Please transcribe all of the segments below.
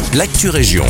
l'actu région.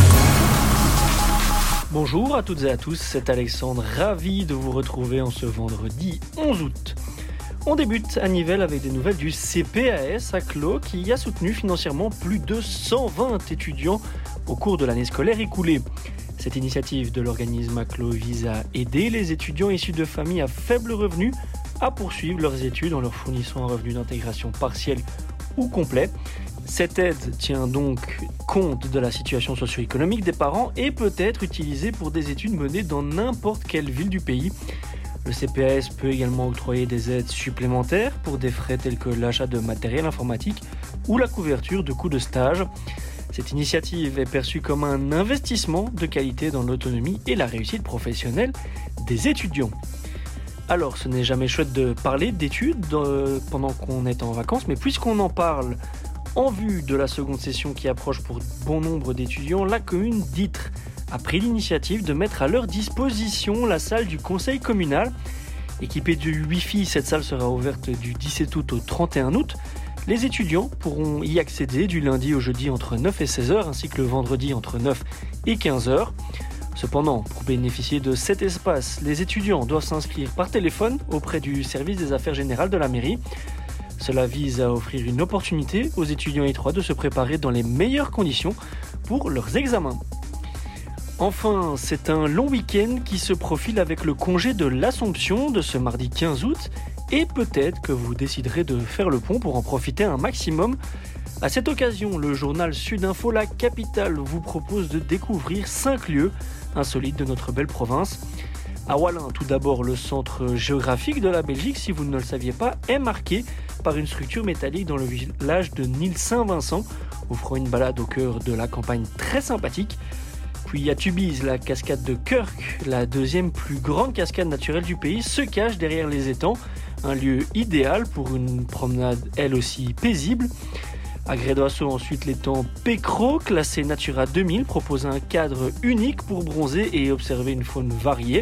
Bonjour à toutes et à tous, c'est Alexandre, ravi de vous retrouver en ce vendredi 11 août. On débute à Nivelles avec des nouvelles du CPAS à Clos qui a soutenu financièrement plus de 120 étudiants au cours de l'année scolaire écoulée. Cette initiative de l'organisme à Clos vise à aider les étudiants issus de familles à faible revenu à poursuivre leurs études en leur fournissant un revenu d'intégration partiel ou complet. Cette aide tient donc compte de la situation socio-économique des parents et peut être utilisée pour des études menées dans n'importe quelle ville du pays. Le CPAS peut également octroyer des aides supplémentaires pour des frais tels que l'achat de matériel informatique ou la couverture de coûts de stage. Cette initiative est perçue comme un investissement de qualité dans l'autonomie et la réussite professionnelle des étudiants. Alors, ce n'est jamais chouette de parler d'études pendant qu'on est en vacances, mais puisqu'on en parle en vue de la seconde session qui approche pour bon nombre d'étudiants, la commune d'Ytre a pris l'initiative de mettre à leur disposition la salle du conseil communal. Équipée du Wi-Fi, cette salle sera ouverte du 17 août au 31 août. Les étudiants pourront y accéder du lundi au jeudi entre 9 et 16 h ainsi que le vendredi entre 9 et 15 h. Cependant, pour bénéficier de cet espace, les étudiants doivent s'inscrire par téléphone auprès du service des affaires générales de la mairie. Cela vise à offrir une opportunité aux étudiants étroits de se préparer dans les meilleures conditions pour leurs examens. Enfin, c'est un long week-end qui se profile avec le congé de l'Assomption de ce mardi 15 août et peut-être que vous déciderez de faire le pont pour en profiter un maximum. À cette occasion, le journal Sudinfo La Capitale vous propose de découvrir 5 lieux insolites de notre belle province. À Wallin, tout d'abord, le centre géographique de la Belgique, si vous ne le saviez pas, est marqué par une structure métallique dans le village de Nil-Saint-Vincent, offrant une balade au cœur de la campagne très sympathique. Puis à Tubize, la cascade de Kirk, la deuxième plus grande cascade naturelle du pays, se cache derrière les étangs, un lieu idéal pour une promenade elle aussi paisible. À Grédoisseau, ensuite, l'étang Pécro, classé Natura 2000, propose un cadre unique pour bronzer et observer une faune variée.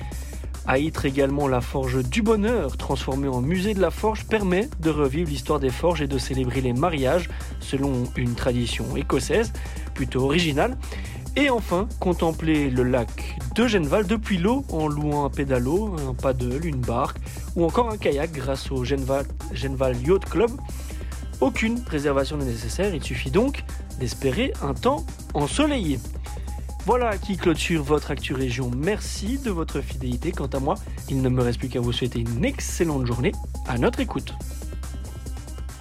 À Ytre également, la forge du Bonheur, transformée en musée de la forge, permet de revivre l'histoire des forges et de célébrer les mariages selon une tradition écossaise plutôt originale. Et enfin, contempler le lac de Genval depuis l'eau en louant un pédalo, un paddle, une barque ou encore un kayak grâce au Genval Yacht Club. Aucune réservation n'est nécessaire, il suffit donc d'espérer un temps ensoleillé. Voilà qui clôture votre Actu Région. Merci de votre fidélité. Quant à moi, il ne me reste plus qu'à vous souhaiter une excellente journée. À notre écoute.